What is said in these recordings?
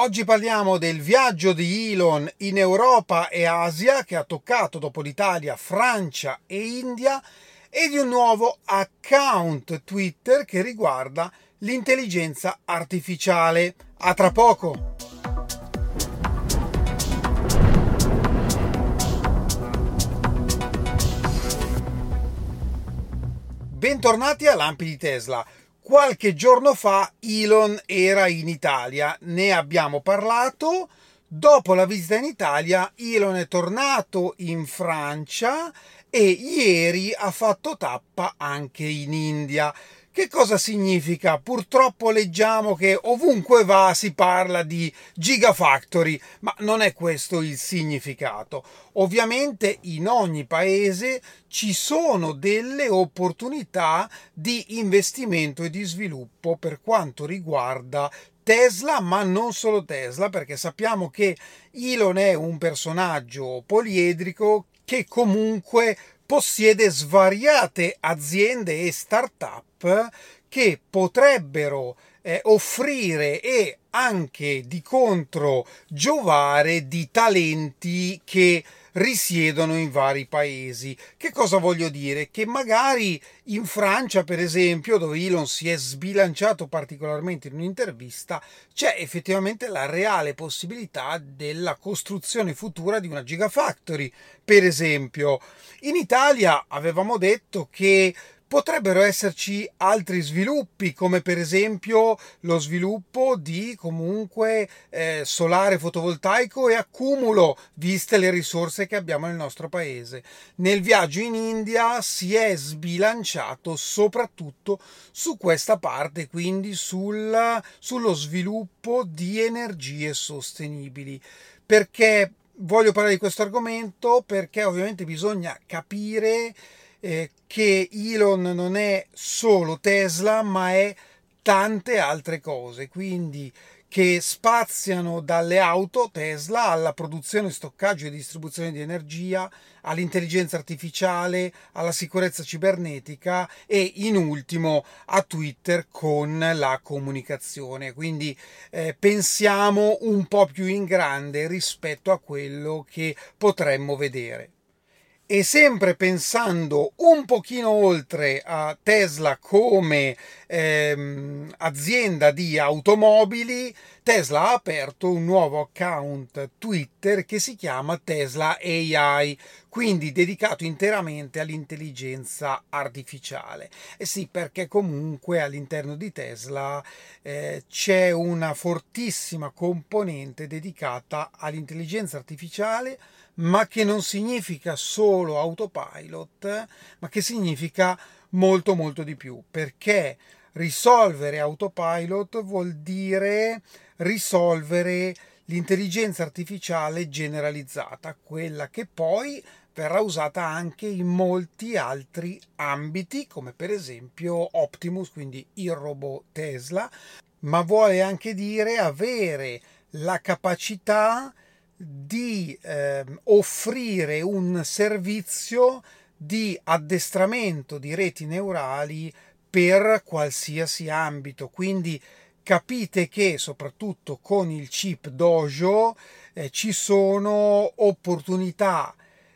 Oggi parliamo del viaggio di Elon in Europa e Asia che ha toccato dopo l'Italia, Francia e India e di un nuovo account Twitter che riguarda l'intelligenza artificiale. A tra poco! Bentornati a Lampi di Tesla. Qualche giorno fa Elon era in Italia, ne abbiamo parlato. Dopo la visita in Italia, Elon è tornato in Francia e ieri ha fatto tappa anche in India. Che cosa significa? Purtroppo leggiamo che ovunque va si parla di Gigafactory, ma non è questo il significato. Ovviamente in ogni paese ci sono delle opportunità di investimento e di sviluppo per quanto riguarda Tesla, ma non solo Tesla, perché sappiamo che Elon è un personaggio poliedrico che comunque possiede svariate aziende e start-up che potrebbero offrire e anche di contro giovare di talenti che risiedono in vari paesi. Che cosa voglio dire? Che magari in Francia, per esempio, dove Elon si è sbilanciato particolarmente in un'intervista, c'è effettivamente la reale possibilità della costruzione futura di una Gigafactory. Per esempio, in Italia avevamo detto che potrebbero esserci altri sviluppi, come per esempio lo sviluppo di comunque solare fotovoltaico e accumulo, viste le risorse che abbiamo nel nostro paese. Nel viaggio in India si è sbilanciato soprattutto su questa parte, quindi sullo sviluppo di energie sostenibili. Perché voglio parlare di questo argomento? Perché ovviamente bisogna capire che Elon non è solo Tesla, ma è tante altre cose, quindi che spaziano dalle auto Tesla alla produzione, stoccaggio e distribuzione di energia, all'intelligenza artificiale, alla sicurezza cibernetica e in ultimo a Twitter con la comunicazione. Quindi pensiamo un po' più in grande rispetto a quello che potremmo vedere. E sempre pensando un pochino oltre a Tesla come azienda di automobili, Tesla ha aperto un nuovo account Twitter che si chiama Tesla AI, quindi dedicato interamente all'intelligenza artificiale. E sì, perché comunque all'interno di Tesla c'è una fortissima componente dedicata all'intelligenza artificiale, ma che non significa solo autopilot, ma che significa molto molto di più, perché risolvere autopilot vuol dire risolvere l'intelligenza artificiale generalizzata, quella che poi verrà usata anche in molti altri ambiti, come per esempio Optimus, quindi il robot Tesla, ma vuole anche dire avere la capacità di offrire un servizio di addestramento di reti neurali per qualsiasi ambito. Quindi capite che soprattutto con il chip Dojo ci sono opportunità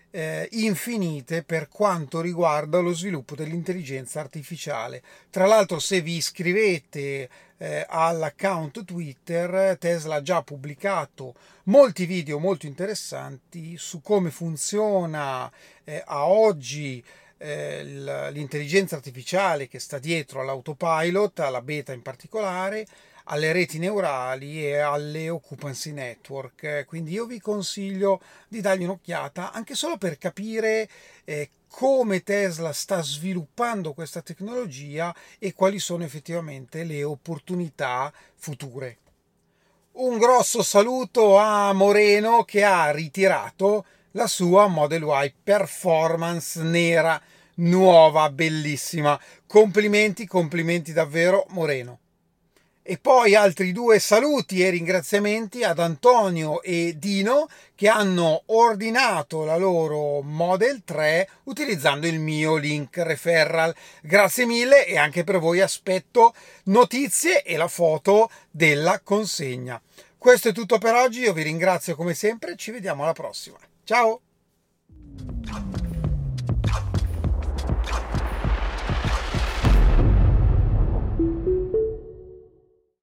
infinite per quanto riguarda lo sviluppo dell'intelligenza artificiale. Tra l'altro, se vi iscrivete all'account Twitter, Tesla ha già pubblicato molti video molto interessanti su come funziona a oggi l'intelligenza artificiale che sta dietro all'autopilot, alla beta in particolare, alle reti neurali e alle occupancy network. Quindi io vi consiglio di dargli un'occhiata anche solo per capire come Tesla sta sviluppando questa tecnologia e quali sono effettivamente le opportunità future. Un grosso saluto a Moreno che ha ritirato la sua Model Y Performance nera, nuova, bellissima. Complimenti, complimenti davvero Moreno. E poi altri due saluti e ringraziamenti ad Antonio e Dino che hanno ordinato la loro Model 3 utilizzando il mio link referral. Grazie mille e anche per voi aspetto notizie e la foto della consegna. Questo è tutto per oggi, io vi ringrazio come sempre, ci vediamo alla prossima. Ciao!